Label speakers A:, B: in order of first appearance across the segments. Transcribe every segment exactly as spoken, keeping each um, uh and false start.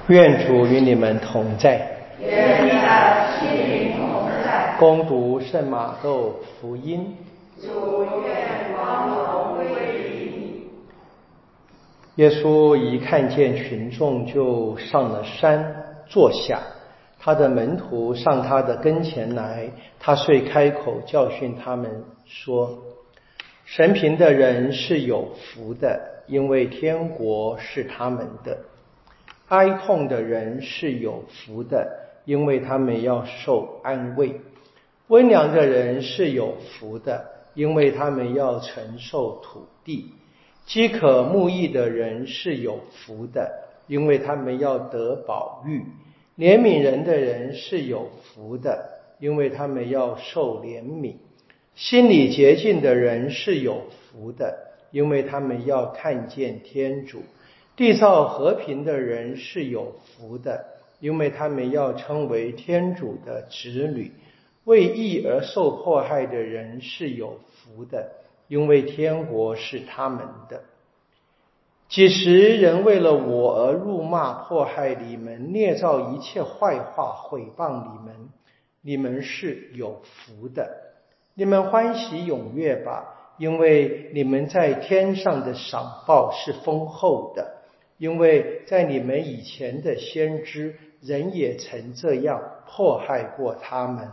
A: 愿主与你们同在，
B: 愿你的心灵同在。
A: 恭读圣马窦福音。
B: 主愿光荣归于你。
A: 耶稣一看见群众，就上了山坐下，他的门徒上他的跟前来，他遂开口教训他们说：神贫的人是有福的，因为天国是他们的；哀痛的人是有福的，因为他们要受安慰；温良的人是有福的，因为他们要承受土地；饥渴慕义的人是有福的，因为他们要得饱飫；怜悯人的人是有福的，因为他们要受怜悯；心里洁净的人是有福的，因为他们要看见天主；缔造和平的人是有福的，因为他们要称为天主的子女；为义而受迫害的人是有福的，因为天国是他们的。几时人为了我而辱骂迫害你们，捏造一切坏话毁谤你们，你们是有福的。你们欢喜踊跃吧，因为你们在天上的赏报是丰厚的，因为在你们以前的先知，人也曾这样迫害过他们。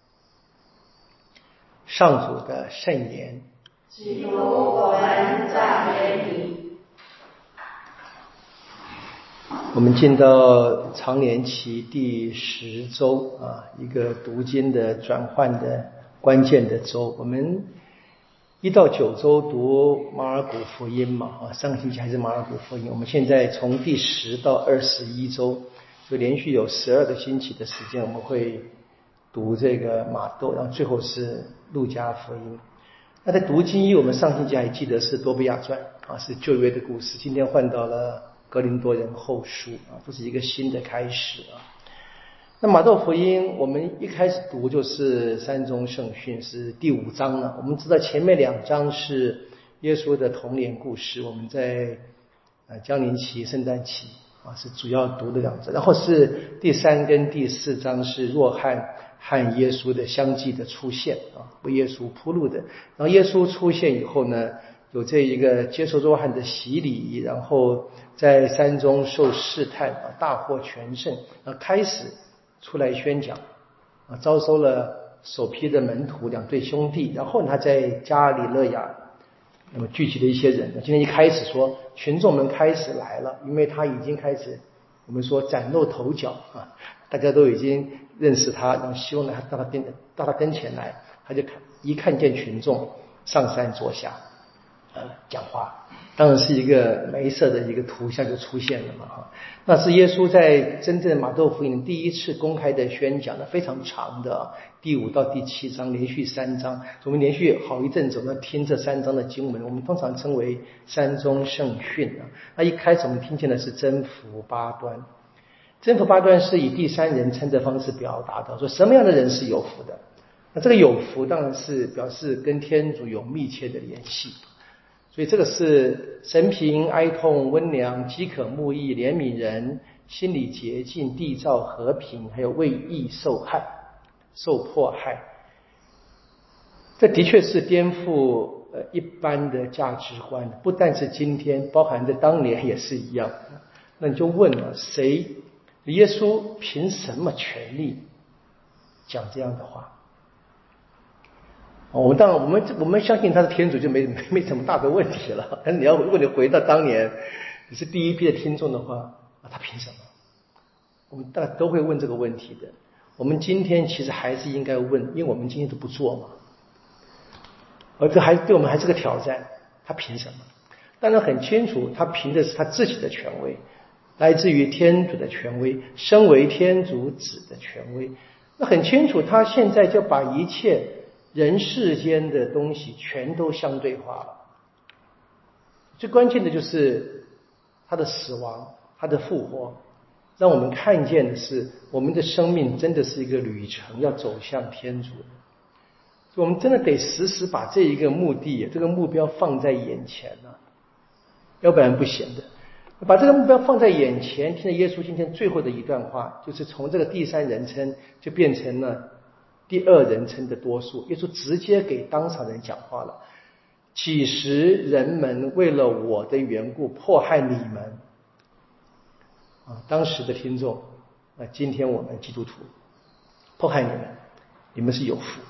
A: 上主的圣言。
B: 基督，我们赞美你。
A: 我们进到常年期第十周啊，一个读经的转换的关键的周。我们一到九周读马尔谷福音嘛，啊，上个星期还是马尔谷福音。我们现在从第十到二十一周，就连续有十二个星期的时间，我们会读这个马窦，然后最后是路加福音。那在读经一，我们上星期还记得是多比亚传啊，是旧约的故事。今天换到了格林多人后书啊，这是一个新的开始啊。那马窦福音我们一开始读就是山中圣训，是第五章了。我们知道前面两章是耶稣的童年故事，我们在呃降临期、圣诞期啊是主要读的两章，然后是第三跟第四章是若翰和耶稣的相继的出现啊，为耶稣铺路的。然后耶稣出现以后呢，有这一个接受若翰的洗礼，然后在山中受试探啊，大获全胜，啊，开始出来宣讲啊，招收了首批的门徒两对兄弟，然后他在加里肋亚那么聚集了一些人。今天一开始说群众们开始来了，因为他已经开始我们说崭露头角啊，大家都已经认识他，然后希望他到他跟到他跟前来，他就看一看见群众上山坐下呃讲话，当然是一个梅瑟的一个图像就出现了嘛哈。那是耶稣在真正马窦福音第一次公开的宣讲，那非常长的，第五到第七章连续三章，我们连续好一阵子我们要听这三章的经文，我们通常称为山中圣训啊。那一开始我们听见的是真福八端，真福八端是以第三人称的方式表达的，说什么样的人是有福的。那这个有福当然是表示跟天主有密切的联系，所以这个是神贫、哀痛、温良、饥渴慕义、怜悯人、心理洁净、缔造和平，还有为义受害、受迫害。这的确是颠覆呃一般的价值观，不但是今天，包含在当年也是一样。那你就问了，谁耶稣凭什么权利讲这样的话？我们当然，我们我们相信他是天主，就没没没什么大的问题了。但是你要如果你回到当年，你是第一批的听众的话，啊，他凭什么？我们大家都会问这个问题的。我们今天其实还是应该问，因为我们今天都不做嘛，而这还对我们还是个挑战。他凭什么？当然很清楚，他凭的是他自己的权威，来自于天主的权威，身为天主子的权威。那很清楚，他现在就把一切人世间的东西全都相对化了。最关键的就是他的死亡，他的复活，让我们看见的是我们的生命真的是一个旅程，要走向天主。所以我们真的得时时把这一个目的这个目标放在眼前了，要不然不行的。 把这个目标放在眼前，听着耶稣今天最后的一段话，就是从这个第三人称就变成了第二人称的多数。耶稣直接给当场人讲话了：几时人们为了我的缘故迫害你们啊，当时的听众啊，今天我们基督徒迫害你们，你们是有福。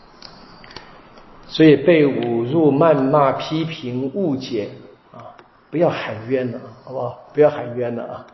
A: 所以被侮辱、谩骂、批评、误解啊，不要喊冤了，好不好？不要喊冤了啊！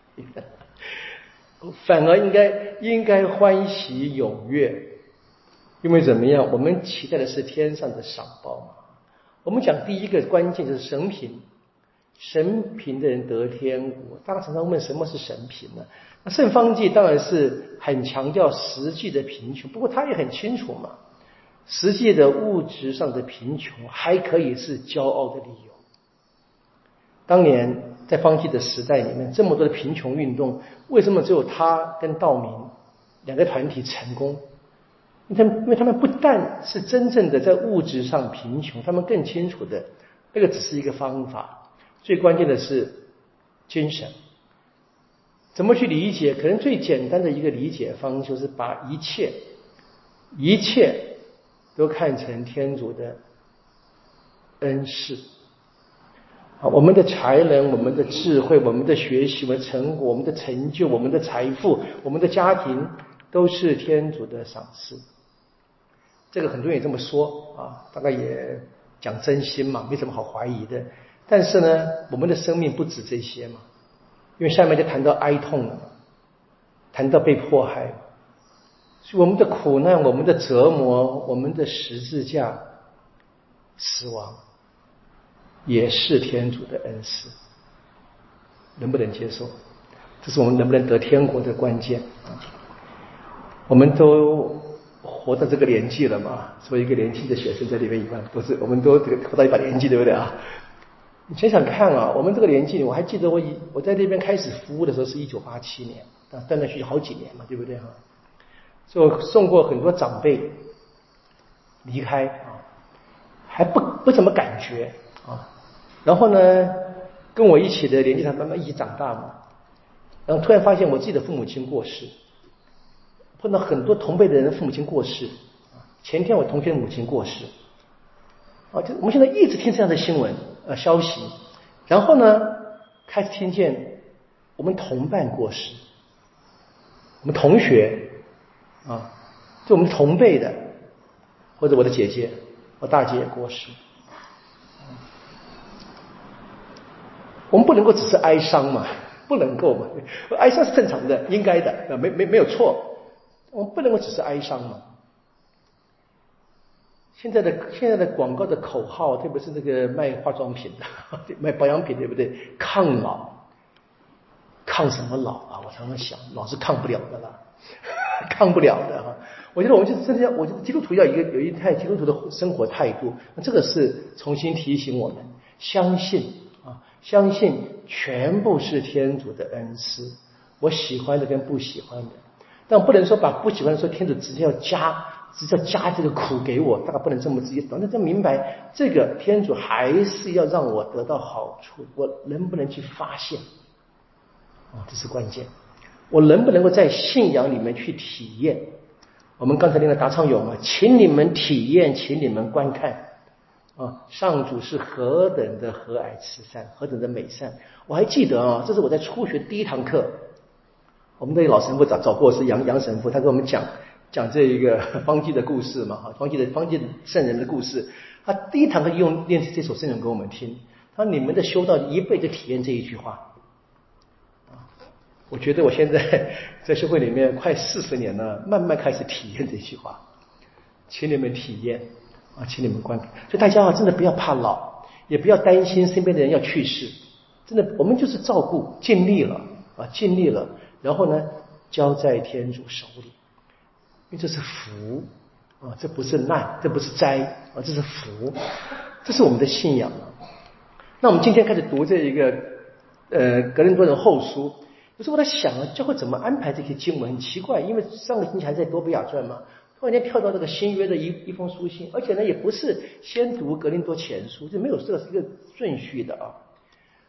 A: 反而应该应该欢喜踊跃，因为怎么样？我们期待的是天上的赏报嘛。我们讲第一个关键就是神贫，神贫的人得天国。大家常常问什么是神贫呢？那圣方济当然是很强调实际的贫穷，不过他也很清楚嘛。实际的物质上的贫穷还可以是骄傲的理由。当年在方济的时代里面，这么多的贫穷运动，为什么只有他跟道明两个团体成功？因为他们因为他们不但是真正的在物质上贫穷，他们更清楚的那个只是一个方法，最关键的是精神。怎么去理解？可能最简单的一个理解方式就是把一切一切都看成天主的恩赐啊，我们的才能、我们的智慧、我们的学习、我们的成果、我们的成就、我们的财富、我们的家庭，都是天主的赏赐。这个很多人也这么说啊，大概也讲真心嘛，没什么好怀疑的。但是呢，我们的生命不止这些嘛，因为下面就谈到哀痛了嘛，谈到被迫害。所以我们的苦难、我们的折磨、我们的十字架、死亡，也是天主的恩赐。能不能接受？这是我们能不能得天国的关键。我们都活到这个年纪了嘛，作为一个年轻的学生在里面一般都是，我们都活到一把年纪，对不对啊？你想想看啊，我们这个年纪，我还记得我以我在那边开始服务的时候是一九八七年，啊，断断续续好几年嘛，对不对哈？所以我送过很多长辈离开啊，还不不怎么感觉啊。然后呢，跟我一起的年纪才慢慢一起长大嘛，然后突然发现我自己的父母亲过世，碰到很多同辈的人父母亲过世。前天我同学的母亲过世，啊，就我们现在一直听这样的新闻呃消息，然后呢，开始听见我们同伴过世，我们同学啊，就我们同辈的，或者我的姐姐、我大姐也过世。我们不能够只是哀伤嘛，不能够嘛，哀伤是正常的、应该的，没没没有错。我们不能够只是哀伤嘛。现在的现在的广告的口号，特别是那个卖化妆品的、卖保养品，对不对？抗老，抗什么老啊？我常常想，老是抗不了的啦，抗不了的哈。我觉得我们就真的要，我觉得基督徒要一个有一态基督徒的生活态度，那这个是重新提醒我们，相信啊，相信全部是天主的恩赐，我喜欢的跟不喜欢的，但不能说把不喜欢的说天主直接要加。直接加这个苦给我，大概不能这么直接懂，但真明白这个天主还是要让我得到好处，我能不能去发现啊？这是关键。我能不能够在信仰里面去体验？我们刚才念的答唱咏嘛，请你们体验，请你们观看啊！上主是何等的和蔼慈善，何等的美善。我还记得啊，这是我在初学第一堂课，我们的老神父找找过是杨杨神父，他跟我们讲。讲这一个方济的故事嘛，哈，方济的方济圣人的故事。他第一堂课用念这首圣人给我们听，他说：“你们的修道一辈子体验这一句话。”啊，我觉得我现在在社会里面快四十年了，慢慢开始体验这句话，请你们体验啊，请你们观看。所以大家啊，真的不要怕老，也不要担心身边的人要去世，真的，我们就是照顾，尽力了啊，尽力了，然后呢，交在天主手里。因为这是福啊，这不是难，这不是灾啊，这是福，这是我们的信仰。那我们今天开始读这一个呃格林多人后书，有时候我在想啊，教会怎么安排这些经文？很奇怪，因为上个星期还在多比亚传嘛，突然间跳到这个新约的一一封书信，而且呢，也不是先读格林多前书，就没有这个是一个顺序的啊。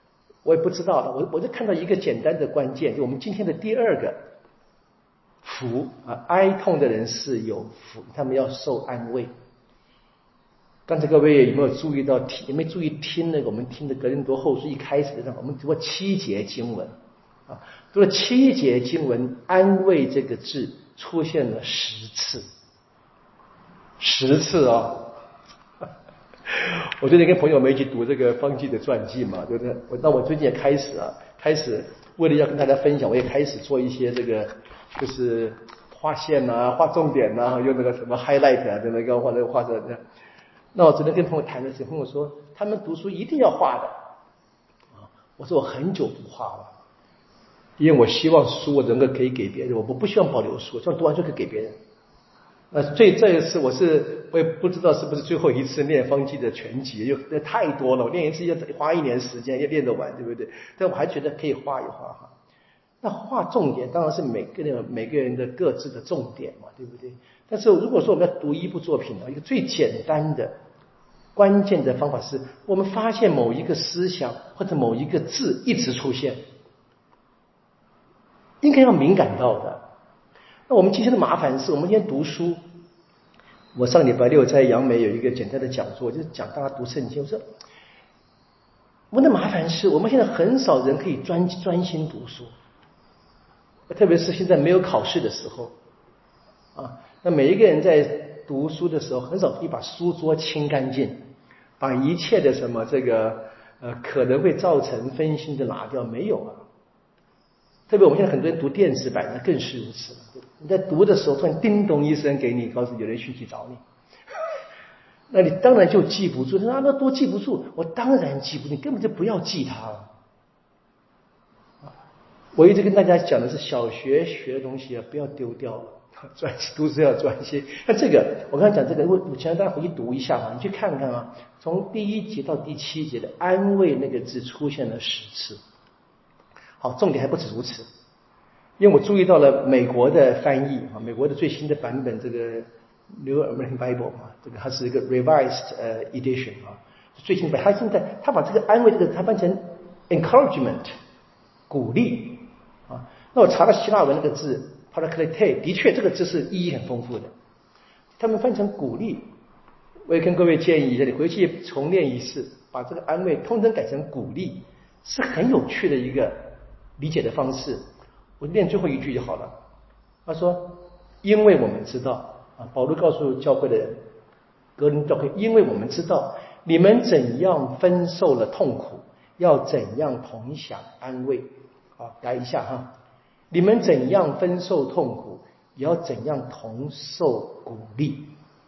A: 我也不知道了，我我就看到一个简单的关键，就我们今天的第二个福啊，哀痛的人是有福，他们要受安慰。刚才各位有没有注意到？有没有注意听那个我们听的格林多后书一开始的，我们读过七节经文啊，读了七节经文，安慰这个字出现了十次，十次哦。我最近跟朋友们一起读这个方济的传记嘛，对不对？我那我最近也开始啊，开始为了要跟大家分享，我也开始做一些这个，就是画线啊、画重点啊，用那个什么 highlight 啊，就那个画那个画这样。那我昨天跟朋友谈的时候，朋友说他们读书一定要画的啊。我说我很久不画了，因为我希望书我能够可以给别人，我不希望保留书，希望读完就可以给别人。那最这一次我是我也不知道是不是最后一次练方济的全集，又太多了，我练一次要花一年时间，要练得完，对不对？但我还觉得可以画一画哈。那画重点当然是每个人每个人的各自的重点嘛，对不对？但是如果说我们要读一部作品呢，一个最简单的关键的方法是，我们发现某一个思想或者某一个字一直出现，应该要敏感到的。那我们今天的麻烦是，我们今天读书，我上礼拜六在杨梅有一个简单的讲座，就是讲大家读圣经。我说，我们的麻烦是我们现在很少人可以专专心读书，特别是现在没有考试的时候啊。那每一个人在读书的时候，很少可以把书桌清干净，把一切的什么这个呃可能会造成分心的拿掉，没有啊。特别我们现在很多人读电子版的更是如此，你在读的时候突然叮咚一声给你告诉有人讯息找你，那你当然就记不住。那那多记不住，我当然记不住，你根本就不要记它了。我一直跟大家讲的是，小学学的东西啊，不要丢掉了，专心读书要专心。那这个我刚才讲这个，我我请大家回去读一下嘛，你去看看啊，从第一节到第七节的安慰那个字出现了十次。好，重点还不止如此，因为我注意到了美国的翻译啊，美国的最新的版本这个 New American Bible 啊，这个它是一个 revised 呃 edition 啊，最新版。它现在它把这个安慰这个它翻成 encouragement 鼓励啊。那我查了希腊文那个字 paraklete， 的确这个字是意义很丰富的，他们翻成鼓励。我也跟各位建议，你回去重练一次，把这个安慰通通改成鼓励，是很有趣的一个理解的方式。我念最后一句就好了。他说：“因为我们知道啊，保罗告诉教会的人，格林教会，因为我们知道你们怎样分受了痛苦，要怎样同享安慰。”好，改一下哈，你们怎样分受痛苦，也要怎样同受鼓励。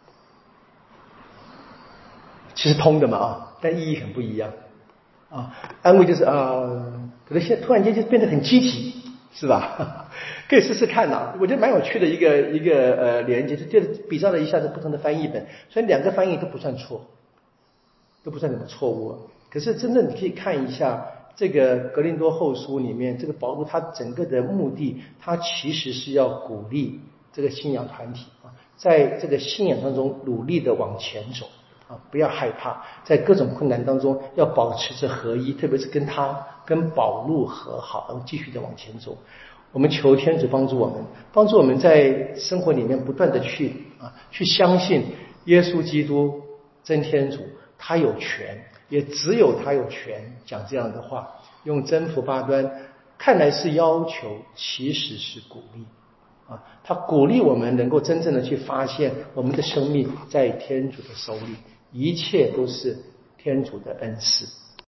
A: 其实通的嘛啊，但意义很不一样。啊，安慰就是啊，可能现在突然间就变得很积极，是吧？可以试试看呐、啊，我觉得蛮有趣的一个一个呃连接，就比较了一下这不同的翻译本，所以两个翻译都不算错，都不算什么错误。可是真正你可以看一下这个格林多后书里面，这个保罗他整个的目的，他其实是要鼓励这个信仰团体啊，在这个信仰当中努力的往前走。啊，不要害怕，在各种困难当中要保持着合一，特别是跟他、跟保禄和好，然后继续的往前走。我们求天主帮助我们，帮助我们在生活里面不断的去啊，去相信耶稣基督真天主，他有权，也只有他有权讲这样的话，用真福八端，看来是要求，其实是鼓励。啊，他鼓励我们能够真正的去发现我们的生命在天主的手里，一切都是天主的恩赐。